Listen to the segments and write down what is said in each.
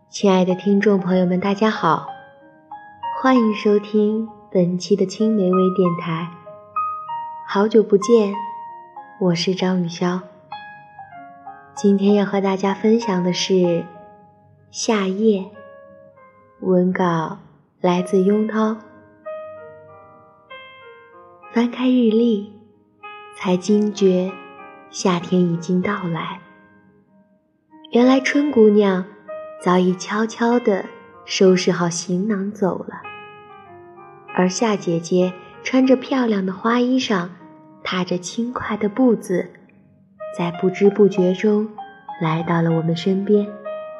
亲爱的听众朋友们，大家好，欢迎收听本期的青梅微电台。好久不见，我是张雨潇。今天要和大家分享的是夏夜，文稿来自雍涛。翻开日历，才惊觉夏天已经到来。原来春姑娘早已悄悄地收拾好行囊走了，而夏姐姐穿着漂亮的花衣裳，踏着轻快的步子，在不知不觉中来到了我们身边。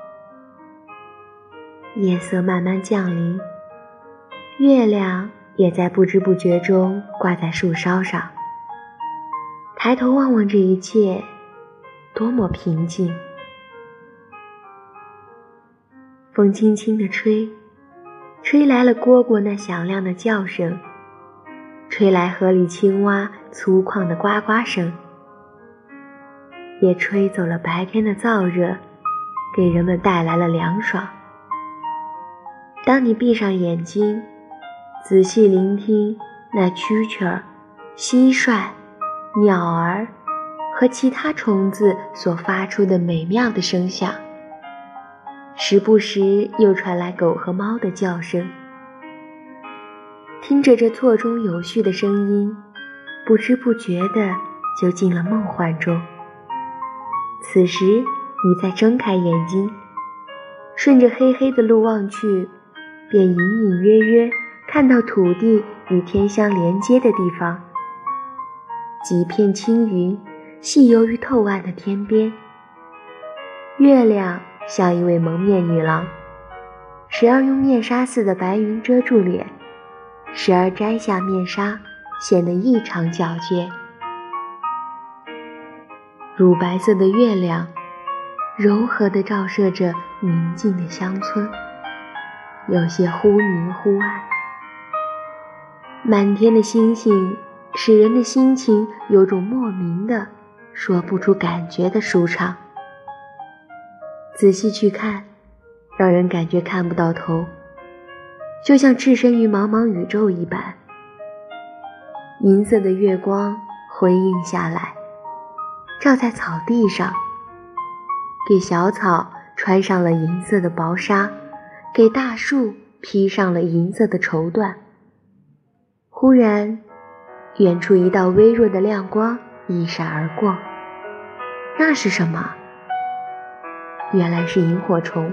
夜色慢慢降临，月亮也在不知不觉中挂在树梢上。抬头望望这一切，多么平静。风轻轻地吹，吹来了蝈蝈那响亮的叫声，吹来河里青蛙粗犷的呱呱声，也吹走了白天的燥热，给人们带来了凉爽。当你闭上眼睛，仔细聆听那蛐蛐儿、蟋蟀、鸟儿和其他虫子所发出的美妙的声响，时不时又传来狗和猫的叫声。听着这错综有序的声音，不知不觉地就进了梦幻中。此时你再睁开眼睛，顺着黑黑的路望去，便隐隐约约看到土地与天相连接的地方，几片青云细游于透暗的天边。月亮像一位蒙面女郎，时而用面纱似的白云遮住脸，时而摘下面纱，显得异常皎洁。乳白色的月亮柔和地照射着宁静的乡村，有些忽明忽暗。满天的星星使人的心情有种莫名的说不出感觉的舒畅。仔细去看，让人感觉看不到头，就像置身于茫茫宇宙一般。银色的月光辉映下来，照在草地上，给小草穿上了银色的薄纱，给大树披上了银色的绸缎。忽然，远处一道微弱的亮光一闪而过，那是什么？原来是萤火虫。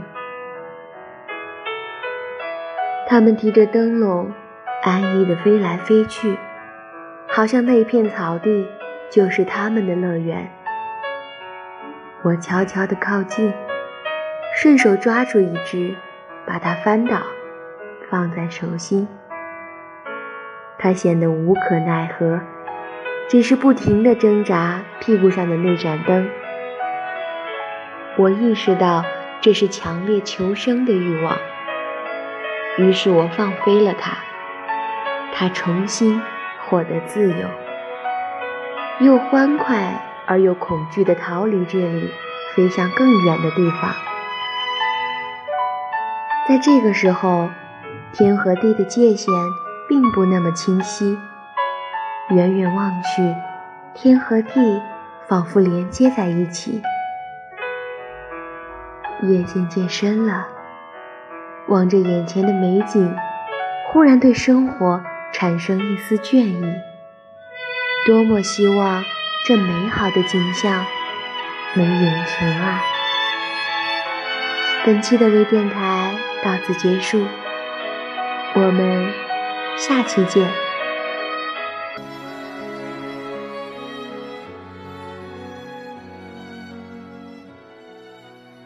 它们提着灯笼，安逸地飞来飞去，好像那片草地就是它们的乐园。我悄悄地靠近，顺手抓住一只，把它翻倒，放在手心。它显得无可奈何，只是不停地挣扎屁股上的那盏灯。我意识到这是强烈求生的欲望，于是我放飞了它，它重新获得自由，又欢快而又恐惧地逃离这里，飞向更远的地方。在这个时候，天和地的界限并不那么清晰，远远望去，天和地仿佛连接在一起。夜渐渐深了，望着眼前的美景，忽然对生活产生一丝倦意。多么希望这美好的景象能永存啊！本期的微电台到此结束，我们下期见。